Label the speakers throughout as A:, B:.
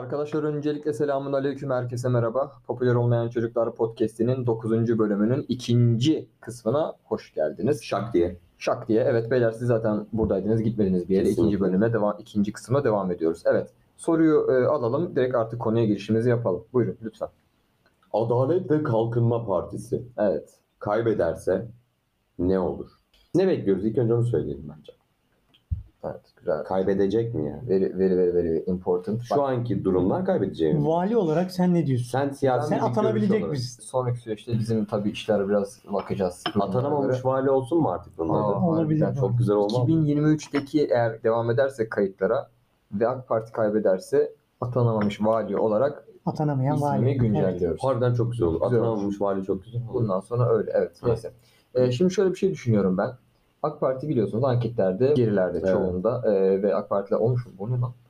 A: Arkadaşlar öncelikle selamun aleyküm, herkese merhaba. Popüler Olmayan Çocuklar Podcast'inin 9. bölümünün 2. kısmına hoş geldiniz. Şak diye. Evet beyler, siz zaten buradaydınız, gitmediniz bir yere.
B: Kesinlikle.
A: 2. kısma devam ediyoruz. Evet, soruyu alalım, direkt artık konuya girişimizi yapalım. Buyurun lütfen.
B: Adalet ve Kalkınma Partisi
A: Evet.
B: kaybederse ne olur? Ne bekliyoruz? İlk önce onu söyleyelim bence.
A: Evet, güzel.
B: Kaybedecek mi yani?
A: Very important.
B: Şu anki durumlar kaybedeceğimiz.
C: Vali olarak sen ne diyorsun?
B: Sen siyasi
C: Sen
B: bir görüş
C: atanabilecek
B: olarak.
C: misin?
A: Sonraki süreçte bizim tabii işler biraz bakacağız.
B: Atanamamış vali olsun mu artık bunun adı?
C: Olabilir.
A: Harbiden
B: Çok güzel olmaz mı?
A: 2023'teki eğer devam ederse kayıtlara ve AK Parti kaybederse atanamamış vali olarak
C: Atanamayan
A: ismini
C: vali.
A: güncelliyoruz.
B: Harbiden çok güzel olur.
A: Güzel olur.
B: Atanamamış vali çok güzel olur.
A: Bundan sonra öyle. Evet. Neyse. Şimdi şöyle bir şey düşünüyorum ben. AK Parti biliyorsunuz anketlerde gerilerde
B: Evet.
A: çoğunda ve AK Parti'ler olmuş mu? Bu ne lan?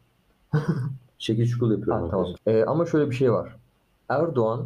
B: Şekil şukul yapıyorum.
A: Ha, tamam. Ama şöyle bir şey var. Erdoğan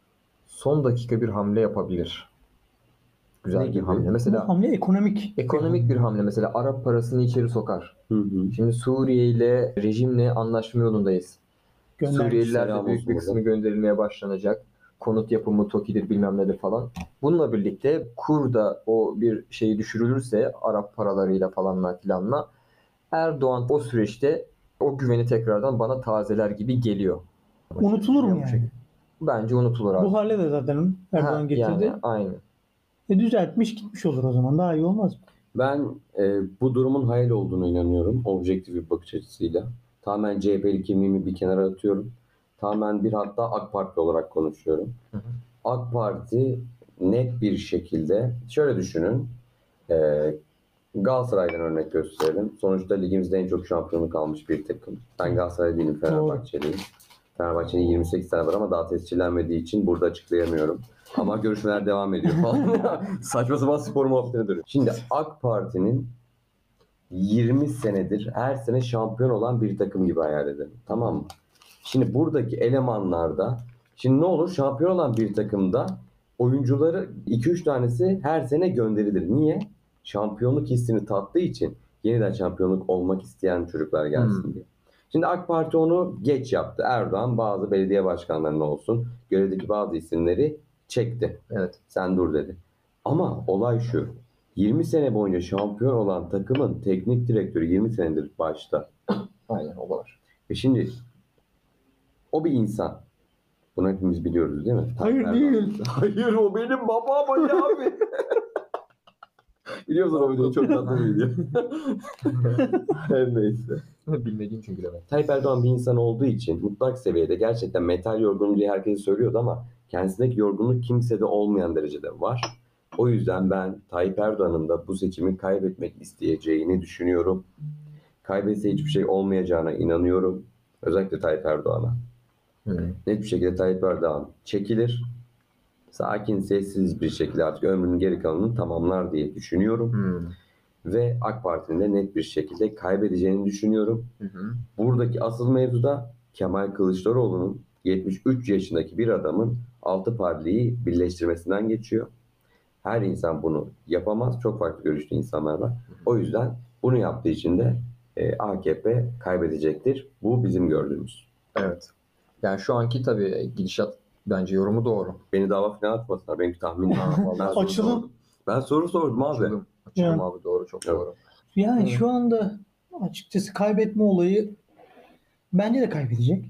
A: son dakika bir hamle yapabilir. Güzel
B: Ne
A: bir
B: gibi?
A: hamle.
C: Bu
A: Mesela
C: hamle ekonomik.
A: ekonomik bir hamle. Mesela Arap parasını içeri sokar.
B: Hı.
A: Şimdi Suriye ile rejimle anlaşma yolundayız.
C: Göndermiş.
A: Suriyeliler de
B: Selam
A: büyük
B: olsun
A: bir kısmı
B: burada.
A: gönderilmeye başlanacak. Konut yapımı, TOKİ'dir bilmem nedir falan. Bununla birlikte kur da o bir şeyi düşürülürse Arap paralarıyla falanla filanla Erdoğan o süreçte o güveni tekrardan bana tazeler gibi geliyor.
C: Unutulur mu yani?
A: Bence unutulur abi.
C: Bu hale de zaten Erdoğan getirdi.
A: Yani, aynen.
C: Düzeltmiş gitmiş olur o zaman. Daha iyi olmaz mı?
B: Ben bu durumun hayal olduğunu inanıyorum. Objektif bir bakış açısıyla. Tamamen CHP'li kimliğimi bir kenara atıyorum. Tamamen bir hatta AK Parti olarak konuşuyorum.
A: Hı hı.
B: AK Parti net bir şekilde şöyle düşünün. Galatasaray'dan örnek gösterelim. Sonuçta ligimizde en çok şampiyonluk almış bir takım. Ben Galatasaray değilim, Fenerbahçeliyim. Fenerbahçe'nin 28 tane var ama daha tescillenmediği için burada açıklayamıyorum. Ama görüşmeler devam ediyor falan. Saçma sapan spor muhabbetine dönüyor. Şimdi AK Parti'nin 20 senedir her sene şampiyon olan bir takım gibi hayal edelim. Tamam mı? Şimdi buradaki elemanlarda şimdi ne olur? Şampiyon olan bir takımda oyuncuları 2-3 tanesi her sene gönderilir. Niye? Şampiyonluk hissini tattığı için yeniden şampiyonluk olmak isteyen çocuklar gelsin diye. Şimdi AK Parti onu geç yaptı. Erdoğan bazı belediye başkanlarına olsun görevdeki bazı isimleri çekti.
A: Evet.
B: Sen dur dedi. Ama olay şu. 20 sene boyunca şampiyon olan takımın teknik direktörü 20 senedir başta.
A: Aynen o var.
B: Şimdi o bir insan. Bunu hepimiz biliyoruz değil mi?
C: Hayır, değil.
B: Hayır, o benim babam Ali abi. Biliyorsun o videoyu, çok tatlı bir video. Her neyse.
A: Bilmediğim çünkü demek.
B: Tayyip Erdoğan bir insan olduğu için mutlak seviyede gerçekten mental yorgunluğu diye herkes söylüyordu ama kendisindeki yorgunluk kimsede olmayan derecede var. O yüzden ben Tayyip Erdoğan'ın da bu seçimi kaybetmek isteyeceğini düşünüyorum. Kaybetse hiçbir şey olmayacağına inanıyorum. Özellikle Tayyip Erdoğan'a. Net bir şekilde Tayyip Erdoğan çekilir. Sakin, sessiz bir şekilde artık ömrünün geri kalanını tamamlar diye düşünüyorum. Ve AK Parti'nin de net bir şekilde kaybedeceğini düşünüyorum. Buradaki asıl mevzu da Kemal Kılıçdaroğlu'nun 73 yaşındaki bir adamın 6 partiyi birleştirmesinden geçiyor. Her insan bunu yapamaz. Çok farklı görüşlü insanlar var. O yüzden bunu yaptığı için de AKP kaybedecektir. Bu bizim gördüğümüz.
A: Evet. Yani şu anki tabii gidişat bence yorumu doğru.
B: Beni dava falan atmasınlar. Benimki tahminim.
A: Vallahi
C: Açılım.
B: Ben soru sordum abi.
A: Açılım
C: Yani.
A: abi, doğru, çok
B: Evet.
A: doğru.
C: Yani
A: Hı.
C: şu anda açıkçası kaybetme olayı bence de kaybedecek.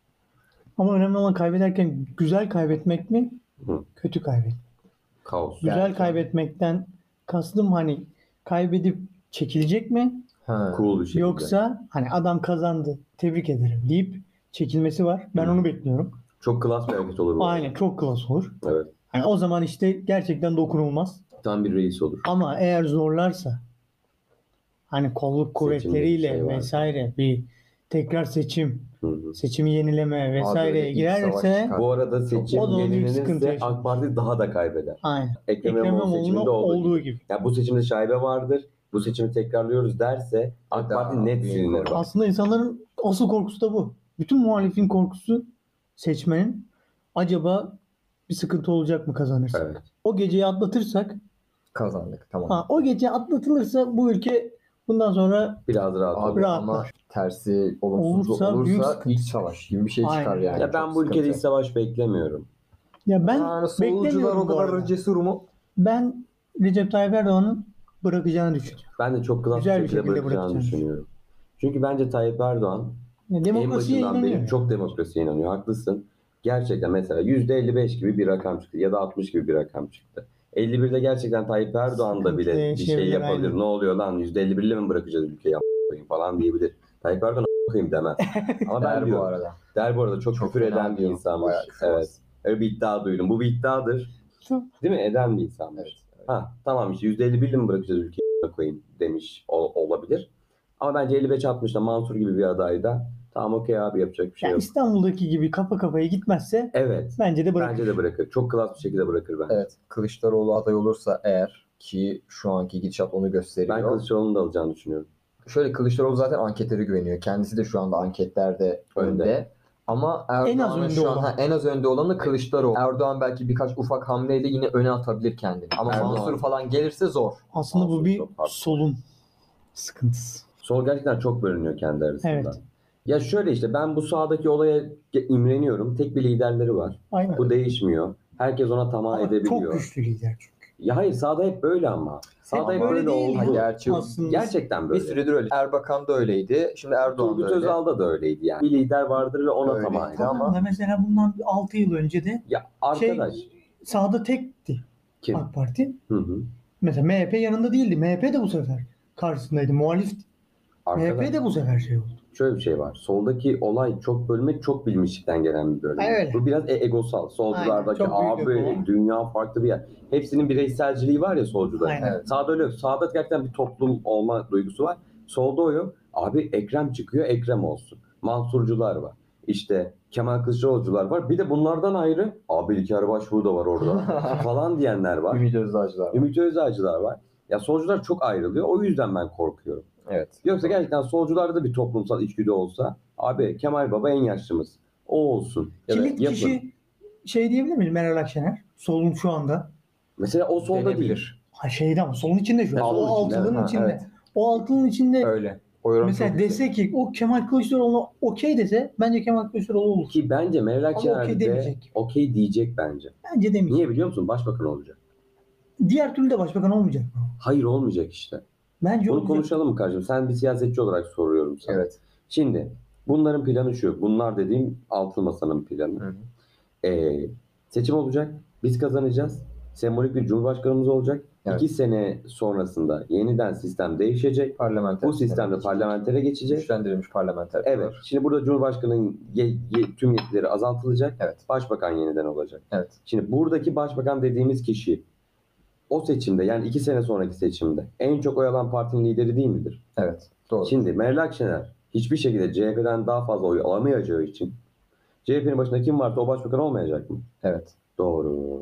C: Ama önemli olan kaybederken güzel kaybetmek mi?
B: Hı.
C: Kötü kaybetmek.
B: Kaos.
C: Güzel
A: Belki.
C: kaybetmekten kastım hani kaybedip çekilecek mi?
B: Cool bir şekilde.
C: Yoksa hani adam kazandı, tebrik ederim deyip çekilmesi var. Ben onu bekliyorum.
B: Çok klas bir hareket olur bu.
C: Aynen, çok klas olur.
B: Evet.
C: Yani o zaman işte gerçekten dokunulmaz.
B: Tam bir reis olur.
C: Ama eğer zorlarsa hani kolluk kuvvetleriyle
B: şey var.
C: vesaire bir tekrar seçimi yenileme
A: Abi
C: vesaireye
A: öyle iç savaş
C: girerse
A: çıkar.
B: Bu arada seçim
C: O zaman büyük sıkıntı
B: yenilirse
C: yaşanır.
B: AK Parti daha da kaybeder.
C: aynen.
B: Ekrem
C: Ekrem
B: İmamoğlu seçiminde
C: İmamoğlu'nun
B: olduğu
C: olduğu
B: gibi.
C: gibi.
B: Ya bu seçimde şaibe vardır. Bu seçimi tekrarlıyoruz derse AK
A: Daha
B: Parti net
A: büyük
B: silinir.
A: olur.
C: Aslında insanların asıl korkusu da bu. Bütün muhalifin korkusu seçmenin acaba bir sıkıntı olacak mı kazanırsa.
B: Evet.
C: O geceyi atlatırsak,
A: Kazandık, tamam.
C: o gece atlatılırsa bu ülke bundan sonra
B: Biraz rahat olur.
A: Abi
C: rahatlar.
A: ama tersi olumsuz
C: Olursa büyük
A: olursa
C: sıkıntı
A: iç savaş gibi bir şey çıkar
C: Aynen.
A: yani.
B: Ya ben
A: Çok
B: bu ülkede
A: sıkıntı.
B: iç savaş beklemiyorum.
C: Ya ben
A: Yani solcular
C: beklemiyorum
A: o
C: bu
A: kadar
C: arada.
A: cesur mu?
C: Ben Recep Tayyip Erdoğan'ın bırakacağını düşünüyorum.
B: Ben de çok klas bir
C: Güzel bir
B: şekilde
C: şekilde
B: bırakacağını
C: bırakacağını
B: düşünüyorum. Çünkü bence Tayyip Erdoğan
C: Ya
B: en
C: demokrasiye
B: başından
C: inanıyor.
B: beri çok demokrasiye inanıyor. Haklısın. Gerçekten mesela %55 gibi bir rakam çıktı ya da 60 gibi bir rakam çıktı. 51'de gerçekten Tayyip Erdoğan da bile
C: Sıkıntı
B: bir şey
C: yaşayabilir,
B: yapabilir.
C: aynen.
B: Ne oluyor lan %51 ile mi bırakacağız ülkeyi falan diyebilir. Tayyip Erdoğan koyayım demez. Ama ben
A: Der bu
B: diyorum.
A: arada.
B: Der bu arada çok
A: Çok
B: küfür
A: fena
B: eden bir
A: diyor.
B: insanmış.
A: Bayağı küfür
B: Evet.
A: az.
B: Öyle bir iddia duydum. Bu bir iddiadır. Değil mi? Eden bir insanmış.
A: Evet.
B: Ha tamam işte %51 ile mi bırakacağız ülkeyi koyayım demiş olabilir. Ama bence 55-60'da Mansur gibi bir adayda tamam okey abi yapacak bir şey
C: Ya
B: yok.
C: İstanbul'daki gibi kafa kafaya gitmezse
B: Evet.
C: bence de bırakır.
B: Bence de bırakır. Çok klas bir şekilde bırakır bence.
A: Evet. Kılıçdaroğlu aday olursa eğer ki şu anki gidişat onu gösteriyor.
B: Ben Kılıçdaroğlu'nun da alacağını düşünüyorum.
A: Şöyle Kılıçdaroğlu zaten anketlere güveniyor. Kendisi de şu anda anketlerde önde. Ama
C: En az
A: Erdoğan'ın
C: önde
A: şu an
C: olan.
A: en az önde olanı Kılıçdaroğlu. Erdoğan belki birkaç ufak hamleyle yine öne atabilir kendini. Ama
B: Erdoğan.
A: Mansur falan gelirse zor.
C: Aslında bu
B: Mansur
C: bir
B: çok haklı.
C: solun sıkıntısı.
B: Sol gerçekten çok bölünüyor kendi arasında.
C: Evet.
B: Ya şöyle işte ben bu sahadaki olaya imreniyorum. Tek bir liderleri var.
C: Aynen.
B: Bu değişmiyor. Herkes ona tamah
C: Ama
B: edebiliyor.
C: çok güçlü lider çünkü.
B: Ya hayır sahada hep böyle ama. Sahada hep
C: böyle
B: böyle
C: değil
B: oldu.
C: ya.
A: Gerçi
C: Aslında
B: Gerçekten
A: bir
B: böyle.
A: süredir öyle. Erbakan da öyleydi. Şimdi Erdoğan
B: Turgut
A: da öyle.
B: Özal'da da öyleydi yani. Bir lider vardır ve ona
A: Öyleydi
B: tamah eder.
C: tamam
A: ama-
C: da mesela bundan 6 yıl önce de
B: Ya arkadaş.
C: sahada tekti
B: Kim?
C: AK Parti.
B: Hı hı.
C: Mesela MHP yanında değildi. MHP de bu sefer karşısındaydı. Muhalifti.
B: Arkadaş.
C: MHP de bu sefer şey oldu.
B: Şöyle bir şey var. Soldaki olay çok bölmek çok bilmişlikten gelen bir bölüm.
C: Öyle.
B: Bu biraz egosal. Solculardaki
C: Aynen, çok büyük
B: abi
C: ego.
B: dünya farklı bir yer. Hepsinin bireyselciliği var ya solcuların.
C: Aynen.
A: Evet.
B: Sağda öyle yok. Sağda gerçekten bir toplum olma duygusu var. Solda o yok. Abi Ekrem çıkıyor, Ekrem olsun. Mansurcular var. İşte Kemal Kılıçdaroğlu'cular var. Bir de bunlardan ayrı abi İlker Başbuğ da var orada falan diyenler var.
A: Ümit Özdağcılar var.
B: Ümit Özdağcılar var. Ya solcular çok ayrılıyor. O yüzden ben korkuyorum.
A: Evet.
B: Yoksa gerçekten solcularda da bir toplumsal içgüdü olsa abi Kemal Baba en yaşlımız. O olsun. Ya da
C: Kilit
B: yapın.
C: kişi şey diyebilir miyiz Meral Akşener? Solun şu anda.
B: Mesela o solda değil.
A: Denebilir.
C: Ha şeyde ama solun içinde şu an.
B: Ha,
C: O
B: solun içinde,
C: altılının
A: evet.
C: içinde.
A: Ha, evet.
C: O altılının içinde
A: Öyle. O yorum
C: mesela
A: çok
C: dese
A: yüksek.
C: ki o Kemal Kılıçdaroğlu'na okey dese bence Kemal Kılıçdaroğlu olur.
B: Ki bence Meral Akşener
C: okey
B: de
C: demeyecek.
B: okey diyecek bence.
C: Bence demeyecek.
B: Niye biliyor musun? Başbakan olacak.
C: Diğer türlü de başbakan olmayacak mı?
B: Hayır olmayacak işte.
C: Bence
B: Bunu
C: olmayacak.
B: konuşalım mı kardeşim? Sen bir siyasetçi olarak soruyorum sana.
A: Evet.
B: Şimdi bunların planı şu. Bunlar dediğim altılı masanın planı.
A: Hı hı.
B: Seçim olacak. Biz kazanacağız. Sembolik bir cumhurbaşkanımız olacak.
A: Evet.
B: 2 sene sonrasında yeniden sistem değişecek.
A: Parlamenter
B: Bu sistemde parlamentere geçecek.
A: güçlendirilmiş parlamenter.
B: Evet. Şimdi burada Cumhurbaşkanı'nın tüm yetkileri azaltılacak.
A: Evet.
B: Başbakan yeniden olacak.
A: Evet.
B: Şimdi buradaki başbakan dediğimiz kişi o seçimde yani 2 sene sonraki seçimde en çok oy alan partinin lideri değil midir?
A: Evet. Doğru.
B: Şimdi Meral Akşener hiçbir şekilde CHP'den daha fazla oy alamayacağı için CHP'nin başında kim varsa o başbakan olmayacak mı?
A: Evet.
B: Doğru.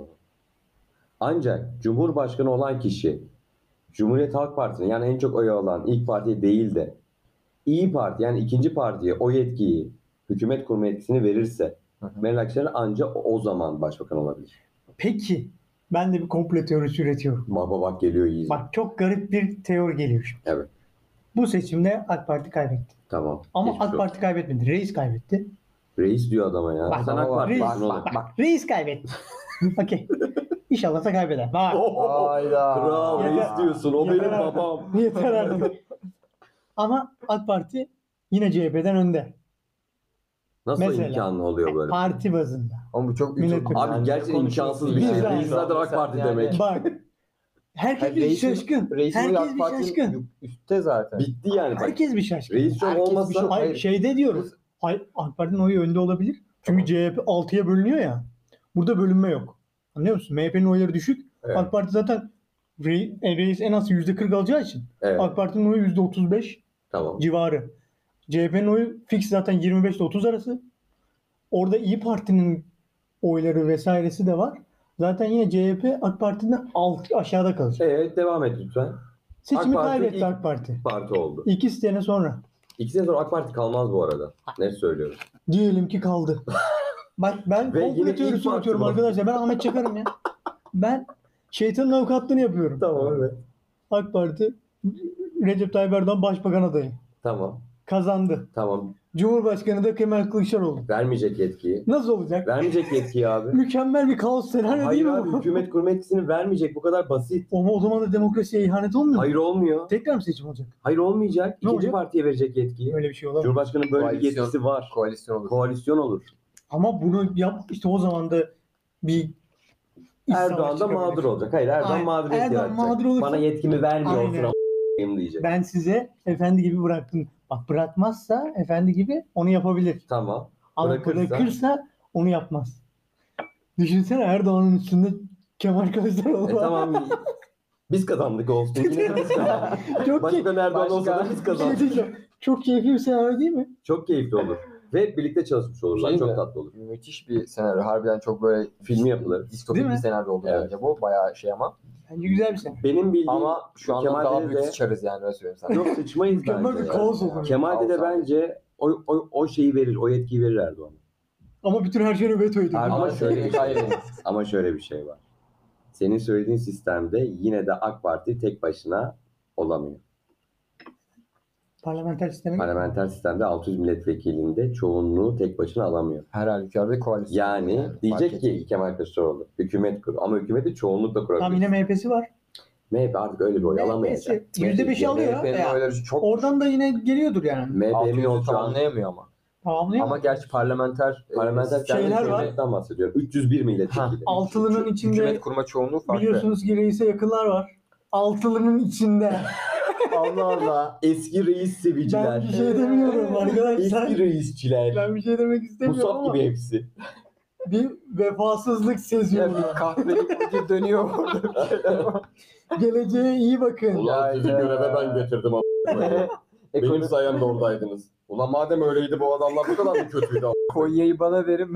B: Ancak Cumhurbaşkanı olan kişi Cumhuriyet Halk Partisi'nin yani en çok oy alan ilk partiye değil de İyi Parti yani ikinci partiye o yetkiyi hükümet kurma yetkisini verirse
A: Hı hı.
B: Meral Akşener ancak o zaman başbakan olabilir.
C: Peki ben de bir komplo teorisi üretiyorum.
B: Bak geliyor iyi.
C: Bak çok garip bir teori geliyor şimdi.
B: Evet.
C: Bu seçimde AK Parti kaybetti.
B: Tamam.
C: Ama
B: Geçmiş
C: AK
B: olsun.
C: Parti kaybetmedi. Reis kaybetti.
B: Reis diyor adama ya.
C: Bak,
B: Sen AK
A: bak,
B: Parti'sin oğlum.
C: Bak, reis kaybetti. Okey. İnşallah da kaybeder. Bak.
A: Hayda.
B: Kral
C: Yeter.
B: reis diyorsun. O
C: Yeter
B: benim
C: artık.
B: babam.
C: Yeter artık. Ama AK Parti yine CHP'den önde.
B: Nasıl
C: Mesela,
B: imkanlı oluyor böyle?
C: Parti bazında.
A: Ama bu çok
C: Millet-
A: ütopik.
B: Abi gerçekten imkansız bir
C: şey.
B: şey.
C: Yani.
B: Reis zaten AK Parti demek.
C: Bak. Herkes bir şaşkın. Herkes bir şaşkın.
A: Üstte zaten.
B: Bitti yani. Bak.
C: Herkes bir şaşkın.
B: Reis çok
A: Herkes bir
B: olmasa
A: şey-
C: Hayır,
A: Hayır.
C: şeyde diyoruz. Hayır, AK Parti'nin oyu önde olabilir. Çünkü CHP 6'ya bölünüyor ya. Burada bölünme yok. Anlıyor musun? MHP'nin oyları düşük.
B: Evet.
C: AK Parti zaten reis en az %40 alacağı için.
B: Evet.
C: AK Parti'nin oyu %35
B: Tamam.
C: civarı. CHP'nin oyu fix zaten 25 ile 30 arası. Orada İyi Parti'nin oyları vesairesi de var. Zaten yine CHP AK Parti'den aşağıda kalacak.
B: Evet devam et lütfen.
C: Seçimi
B: AK Parti
C: kaybetti
B: ilk-
C: AK Parti.
B: Parti oldu.
C: 2 sene sonra.
B: 2 sene sonra AK Parti kalmaz bu arada. Net söylüyorum.
C: Diyelim ki kaldı. Bak ben
B: Ve yine
C: komplo
B: İYİ
C: teorisi
B: Parti
C: üretiyorum
B: var.
C: arkadaşlar. Ben Ahmet Çakar'ım ya. Ben şeytanın avukatlığını yapıyorum.
B: Tamam evet.
C: AK Parti Recep Tayyip Erdoğan başbakan adayı.
B: Tamam.
C: kazandı.
B: Tamam.
C: Cumhurbaşkanı da Kemal Kılıçdaroğlu.
B: Vermeyecek yetkiyi.
C: Nasıl olacak?
B: Vermeyecek yetkiyi abi.
C: Mükemmel bir kaos senaryo değil
B: Hayır
C: mi
B: abi,
C: bu?
B: hükümet kurma yetkisini vermeyecek. Bu kadar basit.
C: Ama o zaman da demokrasiye ihanet olmuyor mu?
B: Hayır olmuyor.
C: Tekrar mı seçim olacak?
B: Hayır olmayacak.
C: Ne
B: İkinci
C: olacak?
B: partiye verecek yetkiyi.
C: Öyle bir şey olamaz.
B: Cumhurbaşkanı böyle bir
A: Koalisyon.
B: yetkisi var.
A: Koalisyon olur.
B: Koalisyon olur.
C: Ama bunu yap işte o zaman da bir iç savaş
B: Erdoğan da
C: çıkabilir.
B: mağdur olacak. Hayır, Erdoğan
C: Aynen.
B: mağduriyet
C: Erdoğan
B: yaratacak.
C: mağdur olursa-
B: Bana yetkimi vermiyorsun
C: Aynen.
B: a**ayım diyecek.
C: Ben size efendi gibi bıraktım. Bak bırakmazsa efendi gibi onu yapabilir.
B: Tamam.
C: Ama
B: Bırakırsa-
C: bırakırsa onu yapmaz. Düşünsene Erdoğan'ın üstünde Kemal Kılıçdaroğlu var.
B: Tamam. Biz kazandık olsun. Yine de biz kazandık.
C: Çok,
B: Başkan Erdoğan olsa da biz
C: bir şey
B: kazandık.
C: diyeceğim. Çok keyifli bir senaryo değil mi?
B: Çok keyifli olur. Ve birlikte çalışmış olurlar.
A: Şey
B: Çok
A: mi?
B: tatlı olur.
A: Müthiş bir senaryo. Harbiden çok böyle
B: Filmi yapılır.
A: distopik
C: Değil
A: bir
C: mi?
A: senaryo oldu
B: Evet.
A: bence bu. Bayağı şey ama.
C: Bence güzel bir senaryo.
B: Benim bildiğim
A: Ama şu anda
B: Kemal
A: daha
B: Dede
A: büyük
B: de-
A: sıçarız yani öyle söyleyeyim sana.
B: Yok sıçmayız
C: Mükemmel
B: bence.
C: bir
B: ya.
C: kaos olur.
B: Kemal de bence o şeyi verir. O yetkiyi verir Erdoğan'a.
C: Ama bütün her şeyini veto ediyor.
B: Ama
A: Ama
B: şöyle
A: şöyle
B: bir şey
A: hayır.
B: Ama şöyle bir şey var. Senin söylediğin sistemde yine de AK Parti tek başına olamıyor.
C: Parlamenter sisteme
B: Parlamenter sistemde 600 milletvekilinde çoğunluğu tek başına alamıyor.
A: Her halükarda koalisyon.
B: Yani diyecek
A: fark
B: ki
A: etmiyor.
B: Kemal Kılıçdaroğlu hükümet kur. Ama hükümeti çoğunlukla
C: Tam
B: kurabilir.
C: yine MHP'si var.
B: MHP artık öyle bir oy alamayacak.
C: %5'i alıyor.
A: MHP'nin
C: Ya,
A: oyları çok
C: oradan da yine geliyordur yani.
B: MHP emin
A: 600'ü
B: ol şu an.
A: tamamlayamıyor ama.
C: Tamamlıyor
A: Ama
C: mu?
A: gerçi parlamenter
B: Parlamenter
C: Şeyler var.
B: hükümetten bahsediyorum. 301 milletvekili.
C: Altılının içinde
A: hükümet kurma çoğunluğu farklı.
C: biliyorsunuz ki reise yakınlar var. Altılının içinde.
A: Allah Allah.
B: Eski reis
C: Ben
B: seviciler.
C: bir şey demiyorum arkadaşlar.
B: Eski reisçiler.
C: Ben bir şey demek istemiyorum
B: Musab
C: ama
B: gibi hepsi.
C: bir vefasızlık seziyorum.
A: Yani kahvelik gibi dönüyor orada.
C: Geleceğe iyi bakın.
A: Ulan sizi göreve ben
B: getirdim
A: Ekonomi
B: sayemde oradaydınız. Ulan madem öyleydi bu adamlar bu kadar mı kötüydü?
A: Konya'yı bana verin.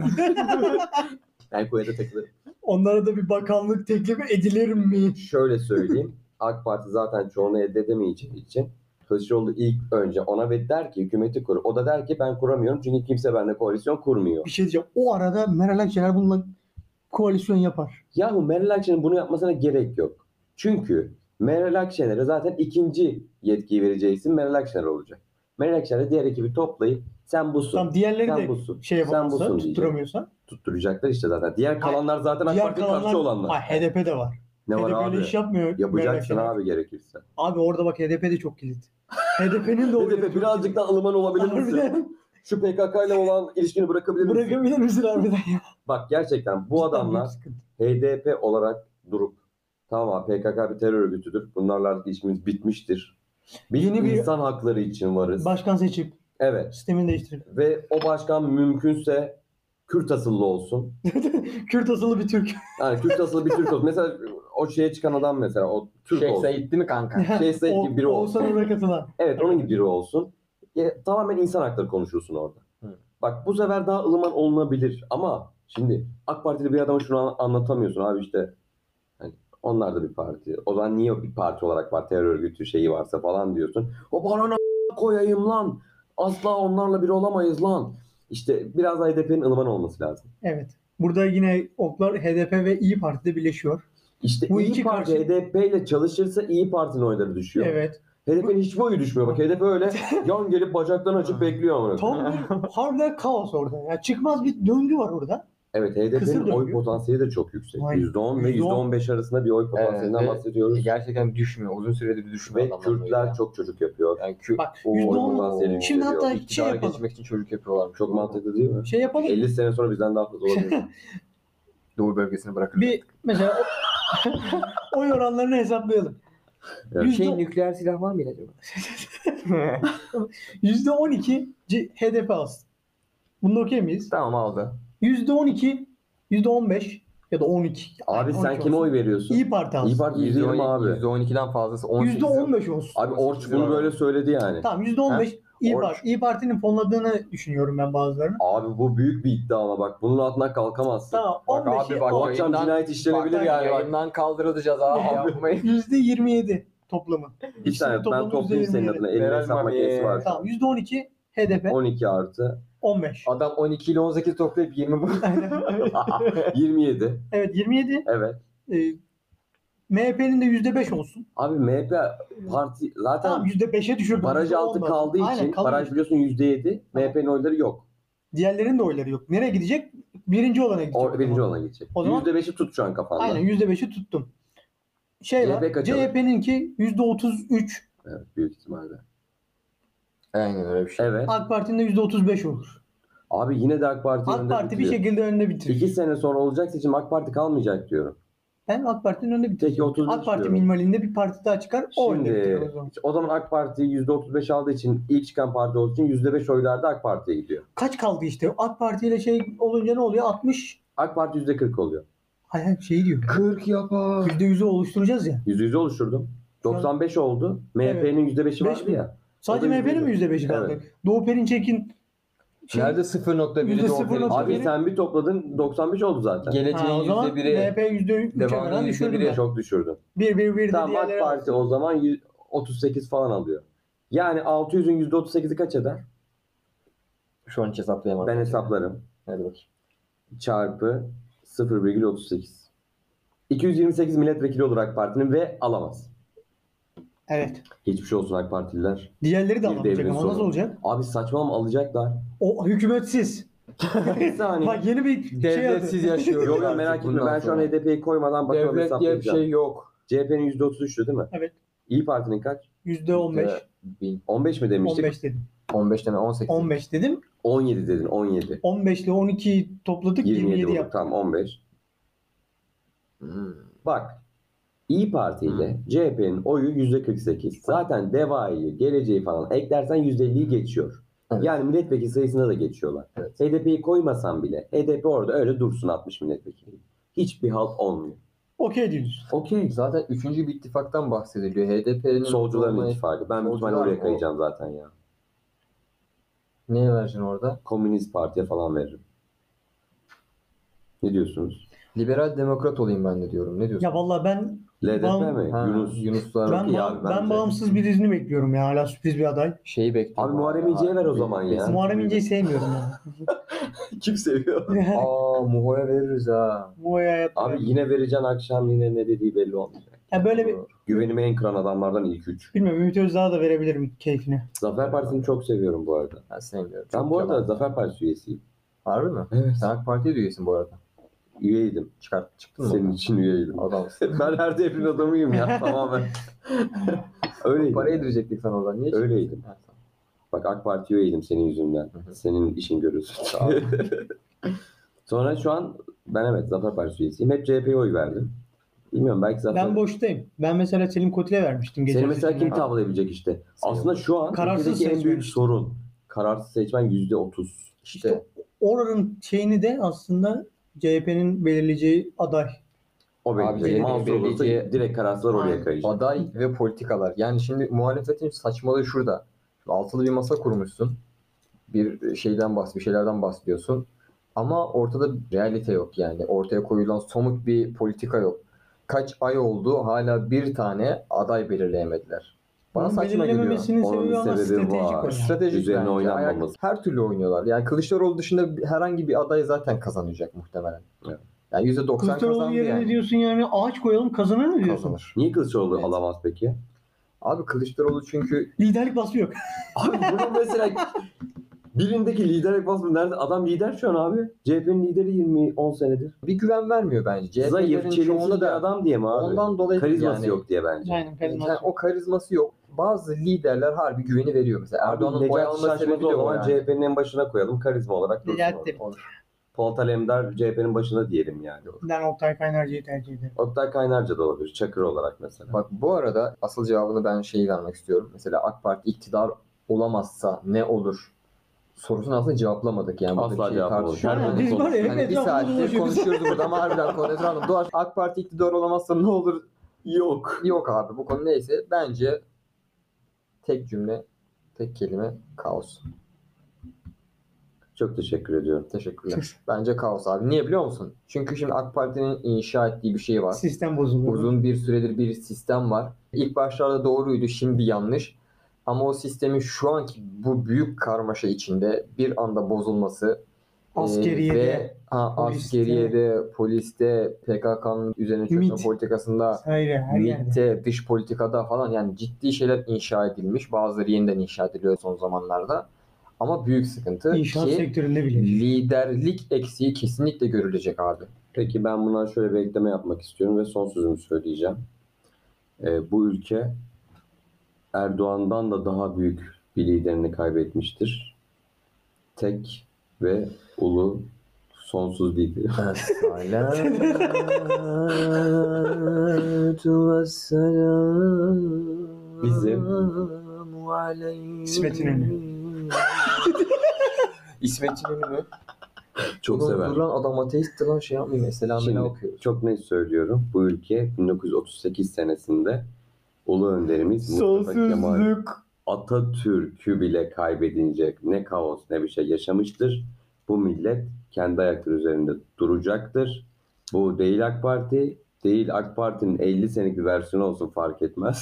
B: Ben Konya'da takılırım.
C: Onlara da bir bakanlık teklif edilir mi?
B: Şöyle söyleyeyim. AK Parti zaten çoğunu elde edemeyeceği için Kılıçdaroğlu ilk önce ona ve der ki hükümeti kur. O da der ki ben kuramıyorum çünkü kimse benimle koalisyon kurmuyor.
C: Bir şey diyeceğim. O arada Meral Akşener bununla koalisyon yapar.
B: Yahu Meral Akşener'in bunu yapmasına gerek yok. Çünkü Meral Akşener'e zaten ikinci yetkiyi vereceği isim Meral Akşener olacak. Meral Akşener diğer ekibi toplayıp sen busun.
C: Tam diğerleri
B: Sen
C: de
B: busun.
C: şey
B: Sen
C: yapamazsa,
B: busun diyecek.
C: tutturamıyorsa.
B: Tutturacaklar işte zaten. Diğer kalanlar zaten AK
C: Diğer
B: Parti'ye karşı
C: kalanlar
B: olanlar.
C: HDP de var.
B: Ne var
C: HDP
B: abi?
C: ile iş yapmıyor. Meral
B: Yapacaksın
C: Akşener.
B: abi gerekirse.
C: Abi orada bak HDP de çok kilit. HDP'nin de oyları
B: HDP birazcık daha ılıman olabilir misin?
C: Harbiden.
B: Şu PKK ile olan ilişkini bırakabilir misin?
C: Bırakabilir misin harbiden ya?
B: Bak gerçekten bu
C: Cidden
B: adamlar
C: büyük sıkıntı.
B: HDP olarak durup tamam abi PKK bir terör örgütüdür. Bunlarla artık işimiz bitmiştir. Biz
C: Yeni bir-
B: insan hakları için varız.
C: Başkan seçip
B: Evet.
C: sistemini değiştirip.
B: Ve o başkan mümkünse Kürt asıllı olsun.
C: Kürt asılı bir Türk.
B: Yani Kürt asıllı bir Türk olsun. Mesela o şeye çıkan adam mesela o Türk
A: Şeyh
B: olsun.
A: Said değil mi kanka?
B: Şeyh Said gibi biri olsun.
C: Oğuzhan Uğur'a katılan.
B: Evet onun gibi biri olsun. Tamamen insan hakları konuşulsun orada.
A: Hı.
B: Bak bu sefer daha ılıman olunabilir ama şimdi AK Partili bir adama şunu anlatamıyorsun abi işte hani onlar da bir parti. O zaman niye bir parti olarak var terör örgütü şeyi varsa falan diyorsun. O bana ne koyayım lan. Asla onlarla bir olamayız lan. İşte biraz da HDP'nin ılıman olması lazım.
C: Evet. Burada yine oklar HDP ve İyi Parti'de birleşiyor.
B: İşte
C: Bu
B: İyi
C: iki
B: Parti
C: karşı-
B: HDP ile çalışırsa İyi Parti'nin oyları düşüyor.
C: Evet.
B: HDP'nin hiçbir oyu düşmüyor. Bak HDP öyle yan gelip bacaklarını açıp bekliyor ama.
C: Tam bir harbiden kaos orada. Ya çıkmaz bir döngü var orada.
B: Evet
C: Kısır
B: HDP'nin oy
C: döngü.
B: potansiyeli de çok yüksek.
C: Aynen.
B: %10 ve %15 arasında bir oy potansiyelinden
A: Evet,
B: bahsediyoruz.
A: Gerçekten düşmüyor. Uzun süredir düşmüyor
B: Ve
A: adamların
B: Kürtler
A: oyu ya.
B: çok çocuk yapıyor.
A: Yani
C: Bak
B: O oy
C: %10
B: potansiyeli
C: Şimdi
B: yükseliyor.
C: hatta şey
A: iktidara
C: yapalım.
A: geçmek için çocuk yapıyorlar.
B: Çok mantıklı değil mi?
C: Şey yapalım.
B: 50 sene sonra bizden daha fazla olabilir.
A: Doğu bölgesini bırakır.
C: Bir mesela oy oranlarını hesaplayalım.
B: Evet.
C: Yüzde-
A: nükleer silah var mıydı acaba?
C: %12 HDP alsın. Bunda okey miyiz?
A: Tamam aldı.
C: %12, %15 ya da 12.
B: Abi
C: Yani
B: sen
C: 12
B: kime
C: olsun.
B: oy veriyorsun?
C: İyi Parti alsın.
B: İyi Parti %20 abi.
A: %12'den fazlası 18.
C: %15 olsun.
B: Abi Orç bunu böyle söyledi yani.
C: Tamam %15 İyi
A: Orç.
C: Parti. İyi Parti'nin fonladığını düşünüyorum ben bazılarını.
B: Abi bu büyük bir iddia ama bak bunun altından kalkamazsın.
C: Tamam
A: Bak
C: 15'i
A: abi bak,
B: Bu akşam
A: yayından-
B: cinayet işlenebilir
A: Bak,
B: yani. Bak.
A: Yayından kaldırılacağız abi.
C: Abi.
A: Yapmayın.
C: %27 toplamı.
B: Bir saniye ben
C: Toplamı
B: toplayayım senin
C: %27.
B: adına. Elinde
A: Meral
B: hesap
A: Mami.
B: makinesi var.
C: Tamam %12 HDP
B: 12 artı
C: 15.
A: Adam 12 ile 18 toplayıp 20 bu.
C: Aynen.
B: 27.
C: Evet 27.
B: Evet.
C: Ee, MHP'nin de %5 olsun.
B: Abi MHP parti zaten
C: Tamam %5'e düşürdüm.
B: baraj altı
C: %10'da.
B: kaldığı
C: Aynen,
B: için
C: kalıyor
B: baraj
C: işte.
B: biliyorsun %7.
C: Tamam.
B: MHP'nin oyları yok.
C: Diğerlerinin de oyları yok. Nereye gidecek? Birinci olana gidecek.
B: O birinci olana gidecek.
C: O zaman-
B: %5'i tut şu an kafanda.
C: Aynen %5'i tuttum.
B: CHP kaç alır?
C: CHP'ninki %33.
B: Evet, büyük ihtimalle.
A: Aynen öyle bir şey.
B: Evet.
C: AK Parti'nin de %35 olur.
B: Abi yine de AK Parti
C: AK
B: önde
C: Parti bir
B: bitiriyor.
C: şekilde önüne bitirir.
B: 2 sene sonra olacak seçim AK Parti kalmayacak diyorum.
C: Ben AK Parti'nin önünde
B: Peki
C: bitireceğim.
B: 35
C: AK Parti
B: diyorum.
C: minvalinde bir parti daha çıkar. O önde bitirir o
B: Şimdi
C: zaman.
B: o zaman AK Parti %35 aldığı için ilk çıkan parti olduğu için %5 oylar da AK Parti'ye gidiyor.
C: Kaç kaldı işte? AK Parti ile şey olunca ne oluyor? 60.
B: AK Parti %40 oluyor.
C: Hayır şey diyor.
A: 40 yapar.
C: %100'ü oluşturacağız ya.
B: %100 oluşturdum. 95 oldu. MHP'nin %5'i
C: Beş
B: vardı
C: mi?
B: ya.
C: Sadece
B: O da
C: MHP'nin mi %5'i kaldı?
B: Evet.
C: Doğu Perinçek'in
A: Nerede 0.1'i
C: %0.1'i
A: Doğu Perinçek?
B: Abi sen bir topladın 95 oldu zaten.
C: o
A: Geleceğin
C: zaman
A: %1'i.
C: MHP %3'e
A: Devamlı
C: kadar düşürdüm
A: %1'i
C: ben.
B: Çok düşürdün.
C: 1 de
B: Tamam AK
C: diğerleri
B: Parti o zaman 38 falan alıyor. Yani 600'ün %38'i kaç eder?
A: Şu an hiç hesaplayamadım.
B: Ben hesaplarım.
A: Hadi bakayım.
B: Çarpı 0,38. 228 milletvekili olur AK Parti'nin ve alamaz.
C: Evet.
B: Geçmiş olsun AK Partililer.
C: Diğerleri de
B: Bir
C: alamayacak
B: devrin
C: ama
B: sonu.
C: nasıl olacak?
B: Abi saçmalama alacaklar.
C: O hükümetsiz.
B: Bir saniye.
C: Bak yeni bir şey
A: Devletsiz
C: adı.
A: yaşıyoruz.
B: Yok yok
A: artık
B: merak etme
A: bundan
B: ben şu an
A: sonra.
B: HDP'yi koymadan bakalım
A: Devlet diye bir
B: hesaplayacağım.
A: şey yok.
B: CHP'nin %33'tü değil mi?
C: Evet.
B: İyi Parti'nin kaç?
C: %15.
B: 15 mi demiştik?
C: 15 dedim.
A: 15 tane 18.
C: 15 dedim.
B: 17 dedin 17.
C: 15 ile 12'yi topladık 27
B: oldu.
C: yaptık.
B: Tamam 15.
A: Hmm.
B: Bak İyi Parti ile CHP'nin oyu %48. Zaten DEVA'yı, geleceği falan eklersen %50'yi geçiyor.
A: Evet.
B: Yani milletvekili sayısında da geçiyorlar.
A: Evet.
B: HDP'yi koymasan bile HDP orada öyle dursun 60 milletvekili. Hiçbir halt olmuyor.
C: Okey diyoruz.
B: Okey.
A: Zaten 3. bir ittifaktan bahsediliyor. HDP'nin
B: Solcuların ittifakı. Ben büyük ihtimalle
A: Solcular
B: oraya
A: mı?
B: kayacağım zaten ya.
A: Neye vereceksin orada?
B: Komünist Parti'ye falan veririm. Ne diyorsunuz?
A: Liberal demokrat olayım ben de diyorum. Ne diyorsun?
C: Ya vallahi ben
B: LDP mi?
A: Ha,
B: Yunus.
A: Yunuslar.
C: ben,
B: iyi
C: ba-
B: abi
C: ben
B: bence.
C: bağımsız birisini bekliyorum ya. Hala sürpriz bir aday.
A: Şeyi bekliyorum.
B: Abi Muharrem İnce'ye ver o zaman ya.
C: Muharrem İnce'yi sevmiyorum ya.
B: Kim seviyor?
A: Aa Muho'ya veririz ha.
C: Bu hayatta.
B: Abi yine vereceksin akşam yine ne dediği belli olmayacak.
C: Ya böyle bir
B: Güvenimi en kıran adamlardan ilk 3.
C: bilmiyorum Ümit Özdağ'a da verebilirim keyfine.
B: Zafer Partisi'ni çok seviyorum bu arada.
A: Ben sevmiyorum.
B: Ben
A: Çok
B: bu arada
A: yalan.
B: Zafer Partisi üyesiyim.
A: Harbi mi?
B: Evet.
A: Sen AK Parti'ye de üyesin bu arada.
B: Üyeydim.
A: Çıktın mı?
B: Senin için üyeydim.
A: Adamsın.
B: Ben her devrin adamıyım ya tamamen. Öyleydim.
A: Para yedirecektik sana oradan. Niye
B: Öyleydim.
A: çıktın? Ha, tamam.
B: Bak AK Parti üyeydim senin yüzünden.
A: Hı hı.
B: Senin işin görürsün.
A: Sağ ol.
B: Sonra şu an ben evet Zafer Partisi üyesiyim. Hep CHP'ye oy verdim. Bilmiyorum belki Zafer...
C: Ben boştayım. Ben mesela Selim Kotil'e vermiştim. geçen
B: Seni mesela kim
C: seçimlerde.
B: tavlayabilecek işte? Aslında şu an
C: Kararsız
B: ülkedeki en
C: seçmen
B: büyük
C: işte.
B: sorun. Kararsız seçmen %30.
A: İşte
C: Oranın şeyini de aslında CHP'nin belirleyeceği aday.
B: O
A: Abi
B: belli.
A: benim
B: Mansur olursa
A: belirleyeceği-
B: direkt kararsızlar oraya
C: Aynen.
B: kayacak.
A: aday ve politikalar. Yani şimdi muhalefetin saçmalığı şurada. Altılı bir masa kurmuşsun. Bir şeylerden bahsediyorsun. Ama ortada realite yok yani. Ortaya koyulan somut bir politika yok. Kaç ay oldu hala bir tane aday belirleyemediler. Bana
C: Bunun
A: saçma geliyor.
C: belirlememesinin
B: Onun
C: sebebi
B: bir
C: ama
B: sebebi
C: stratejik
B: var.
C: o yani.
A: Stratejik
B: Üzerine
A: bence.
B: oynanmaması.
A: Her türlü oynuyorlar. Yani Kılıçdaroğlu dışında herhangi bir aday zaten kazanacak muhtemelen.
B: Evet.
A: Yani %90
C: Kılıçdaroğlu
A: kazandı
C: yerine
A: yani.
C: diyorsun yani ağaç koyalım kazanır mı diyorsun?
A: Kazanır.
B: Niye Kılıçdaroğlu
A: Evet.
B: alamaz peki?
A: Abi Kılıçdaroğlu çünkü
C: Liderlik vasfı yok.
B: Abi bunun mesela birindeki liderlik vasfı nerede? Adam lider şu an abi. CHP'nin lideri 10 senedir.
A: bir güven vermiyor bence.
B: Zayıf,
A: CHP'lerin
B: çelimsiz
A: çoğunda
B: bir
A: da
B: adam diye mi abi?
A: ondan dolayı
B: Karizması
A: yani,
B: yok diye bence.
C: Aynen karizması
A: yani o karizması yok. Bazı liderler harbi güveni veriyor. Mesela
B: Abi
A: Erdoğan'ın oy
B: Necati
A: alma
B: Şaşmaz'ı
A: sebebi de
B: o
A: o
B: zaman
A: yani.
B: CHP'nin en başına koyalım. Karizma olarak dursun
C: Necati.
B: orada.
A: Olur.
B: Polat Alemdar CHP'nin başına diyelim yani.
C: Ben Oktay Kaynarca'yı tercih ederim.
B: Oktay Kaynarca da olabilir. Çakır olarak mesela.
A: Bak bu arada asıl cevabını ben vermek istiyorum. Mesela AK Parti iktidar olamazsa ne olur sorusunu aslında cevaplamadık yani.
B: Asla
A: Burada bir şey
B: cevaplamadık.
A: tartışıyoruz.
C: Aynen, biz var ya hep
A: Hani bir
C: etrafında
A: saattir
C: dolaşıyoruz.
A: konuşuyoruz burada ama harbiden konu etrafında dolaş. AK Parti iktidar olamazsa ne olur?
B: Yok.
A: Yok abi bu konu neyse. Bence tek cümle, tek kelime kaos.
B: Çok teşekkür ediyorum.
A: Teşekkürler. Bence kaos abi. Niye biliyor musun? Çünkü şimdi AK Parti'nin inşa ettiği bir şey var.
C: Sistem bozuluyor.
A: Uzun bir süredir bir sistem var. İlk başlarda doğruydu, şimdi yanlış. Ama o sistemin şu anki bu büyük karmaşa içinde bir anda bozulması
C: Askeriyede.
A: ve Askeriyede, poliste, PKK'nın üzerine çökme
C: MİT.
A: politikasında,
C: Hayır, her yerde.
A: MİT'te, dış politikada falan yani ciddi şeyler inşa edilmiş. Bazıları yeniden inşa ediliyor son zamanlarda. Ama büyük sıkıntı
C: İnşaat
A: ki
C: sektöründe bile.
A: liderlik eksiği kesinlikle görülecek abi.
B: Peki ben buna şöyle bir ekleme yapmak istiyorum ve son sözümü söyleyeceğim. Bu ülke Erdoğan'dan da daha büyük bir liderini kaybetmiştir. Tek ve ulu sonsuz lider. Bizim
C: İsmet İnönü.
A: İsmet İnönü mü?
B: Çok
A: Dur
B: sever.
A: lan adam ateistti lan şey yapmayayım. Selamını
B: Şimdi
A: okuyoruz.
B: çok net söylüyorum. Bu ülke 1938 senesinde ulu önderimiz Mustafa Kemal
C: Sonsuzluk.
B: Atatürk'ü bile kaybedince ne kaos ne bir şey yaşamıştır. Bu millet kendi ayakları üzerinde duracaktır. Bu değil AK Parti, değil AK Parti'nin 50 senelik bir versiyonu olsun fark etmez.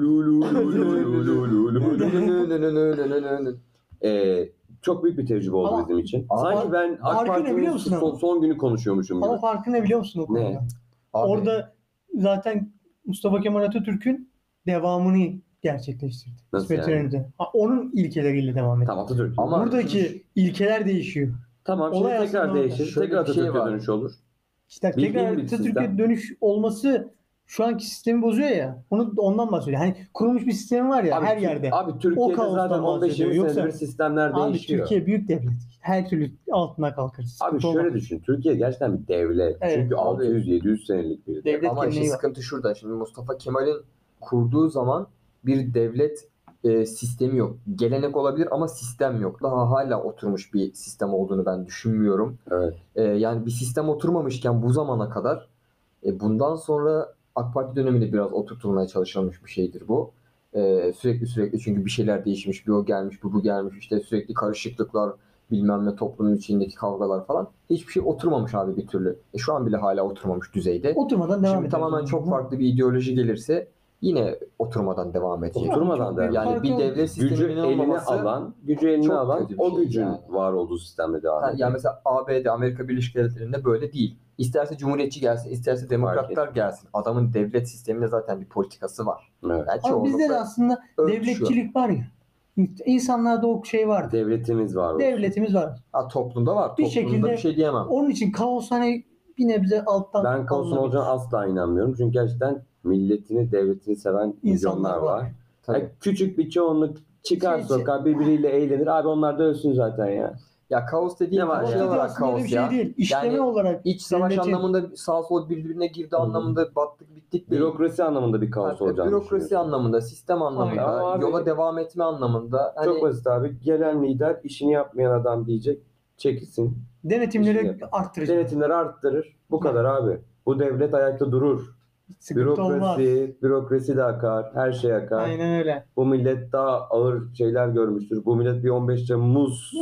B: Çok büyük bir tecrübe oldu
C: Ama-
B: bizim için.
A: Ama
B: Sanki ben AK
C: farkı ne biliyor
B: Parti'nin
C: musun ama?
B: son günü konuşuyormuşum gibi.
C: Ama farkı ne biliyor musun o konuda?
B: Ne?
A: Abi,
C: Orada zaten Mustafa Kemal Atatürk'ün devamını gerçekleştirdi.
B: Nasıl
C: İsmet
B: yani?
C: İnönü'de. Onun ilkeleriyle devam etti.
B: Tamam Atatürk.
A: Ama-
C: Buradaki ilkeler değişiyor.
B: Tamam şimdi
C: Olay
B: tekrar
C: aslında
B: değişir.
A: şöyle
B: Tekrar
A: bir şey
B: Atatürk'e
A: var.
B: dönüş olur.
C: İşte
B: Bildiğin
C: tekrar
B: bir
C: Atatürk'e
B: sistem.
C: dönüş olması şu anki sistemi bozuyor ya. Ondan bahsediyor. Hani kurulmuş bir sistemi var ya her yerde.
B: Abi Türkiye'de
C: kaostan
B: zaten 15-20
C: bahsediyor. Yoksa-
B: senedir sistemler
C: Abi
B: değişiyor.
C: Türkiye büyük devlet. Her türlü altına kalkarız.
B: Abi
C: Sıkıntı
B: şöyle
C: olmaz.
B: düşün. Türkiye gerçekten bir devlet.
C: Evet.
B: Çünkü
A: Abi-
B: 600-700 senelik bir devlet.
C: Devlet
A: ama işte
C: kimliği var.
A: sıkıntı şurada. Şimdi Mustafa Kemal'in kurduğu zaman bir devlet sistemi yok. Gelenek olabilir ama sistem yok. Daha hala oturmuş bir sistem olduğunu ben düşünmüyorum.
B: Evet.
A: Yani bir sistem oturmamışken bu zamana kadar bundan sonra AK Parti döneminde biraz oturtulmaya çalışılmış bir şeydir bu. Sürekli çünkü bir şeyler değişmiş. Bir o gelmiş, bu gelmiş. İşte sürekli karışıklıklar, bilmem ne toplumun içindeki kavgalar falan. Hiçbir şey oturmamış abi bir türlü. Şu an bile hala oturmamış düzeyde.
C: Oturmadan devam
A: Şimdi
C: edelim.
A: tamamen çok farklı bir ideoloji gelirse yine oturmadan devam edecek.
B: Oturmadan devam
A: Yani bir devlet
B: Gücü
A: sisteminin
B: eline
A: olmaması
B: alan,
A: çok
B: alan
A: kötü bir
B: o
A: şey
B: gücün
A: yani.
B: var olduğu sistemde devam ediyor.
A: Yani mesela ABD, Amerika Birleşik Devletleri'nde böyle değil. İsterse Cumhuriyetçi gelsin, isterse Demokratlar gelsin. Adamın devlet sisteminde zaten bir politikası var.
B: Evet.
A: Yani
C: Ama bizde de
A: çoğunlukla
C: aslında
A: örtüşüyor.
C: devletçilik var ya. İnsanlarda o şey var.
B: Devletimiz var. olsun.
C: Devletimiz var.
A: Toplumda var.
C: Bir
A: Toplumda
C: şekilde-
A: bir şey diyemem.
C: Onun için kaos hani bir nebze alttan
B: Ben kaosun
C: alınabilir.
B: olacağına asla inanmıyorum. Çünkü gerçekten milletini, devletini seven
C: İnsanlar
B: milyonlar var.
C: var.
A: Tabii.
B: Yani küçük bir çoğunluk çıkar
C: Şey-
B: sokağa birbiriyle eğlenir. Abi onlar da ölsün zaten ya.
A: Ya kaos dediğim
B: Ne var
A: şey
B: ya?
A: olarak
C: Aslında öyle
A: kaos
C: bir şey
A: ya.
C: değil. İşleme
A: Yani
C: olarak
A: İç savaş
C: devletin-
A: anlamında sağ sol birbirine girdi
B: Hı.
A: anlamında battık bittik değil.
B: Bürokrasi anlamında bir kaos olacağını
A: Bürokrasi
B: düşünüyorum.
A: anlamında, sistem anlamında,
B: Aynen. Abi-
A: yola devam etme anlamında. Hani
B: Çok basit abi. Gelen lider işini yapmayan adam diyecek çekilsin.
C: denetimleri
B: İşini
C: arttıracak.
B: Denetimleri arttırır. Bu kadar abi. Bu devlet ayakta durur.
C: Sıkıntı olmaz.
B: Bürokrasi de akar. Her şey akar.
C: Aynen öyle.
B: Bu millet daha ağır şeyler görmüştür. Bu millet bir 15 Temmuz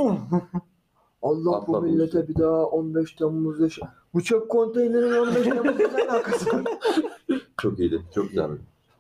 A: Allah bu
B: Atla
A: millete bir daha 15 Temmuz yaşa. Bu çöp konteynerin 15 Temmuz'la ne alakası var?
B: çok iyiydi. Çok güzel.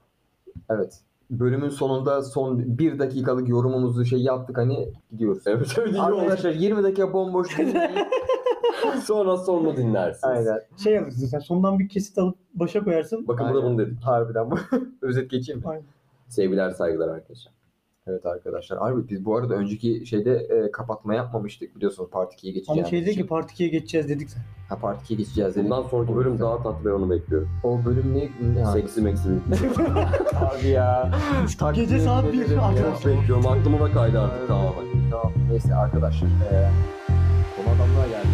A: Evet. Bölümün sonunda son 1 dakikalık yorumumuzu yaptık hani gidiyoruz.
B: Evet evet. iyi oldu.
A: Arkadaşlar 20 dakika bomboş dinleyin.
B: Sonra sonunu dinlersiniz.
A: Aynen.
C: Şey yaparsın sen sondan bir kesit alıp başa koyarsın.
B: Bakın burada bunu dedik.
A: Harbiden bu. Özet geçeyim mi?
C: Aynen.
B: Sevgiler saygılar arkadaşlar.
A: Evet arkadaşlar. Harbi biz bu arada önceki şeyde kapatma yapmamıştık biliyorsunuz Part 2'ye
C: Ama
A: geçeceğiz.
C: şey değil ki Part 2'ye geçeceğiz dedik sen.
A: Ha Part 2'ye geçeceğiz dedik.
B: Bundan sonraki bölüm daha tatlı ve onu bekliyorum.
A: O bölüm ne?
B: Seksi meksi.
A: Abi ya.
C: Gece saat 1
A: ederim ya.
C: arkadaşlar.
B: Bekliyorum. Aklıma da kaydı artık tamamen.
A: Tamam. Neyse arkadaşlar. Konu adamlığa geldi.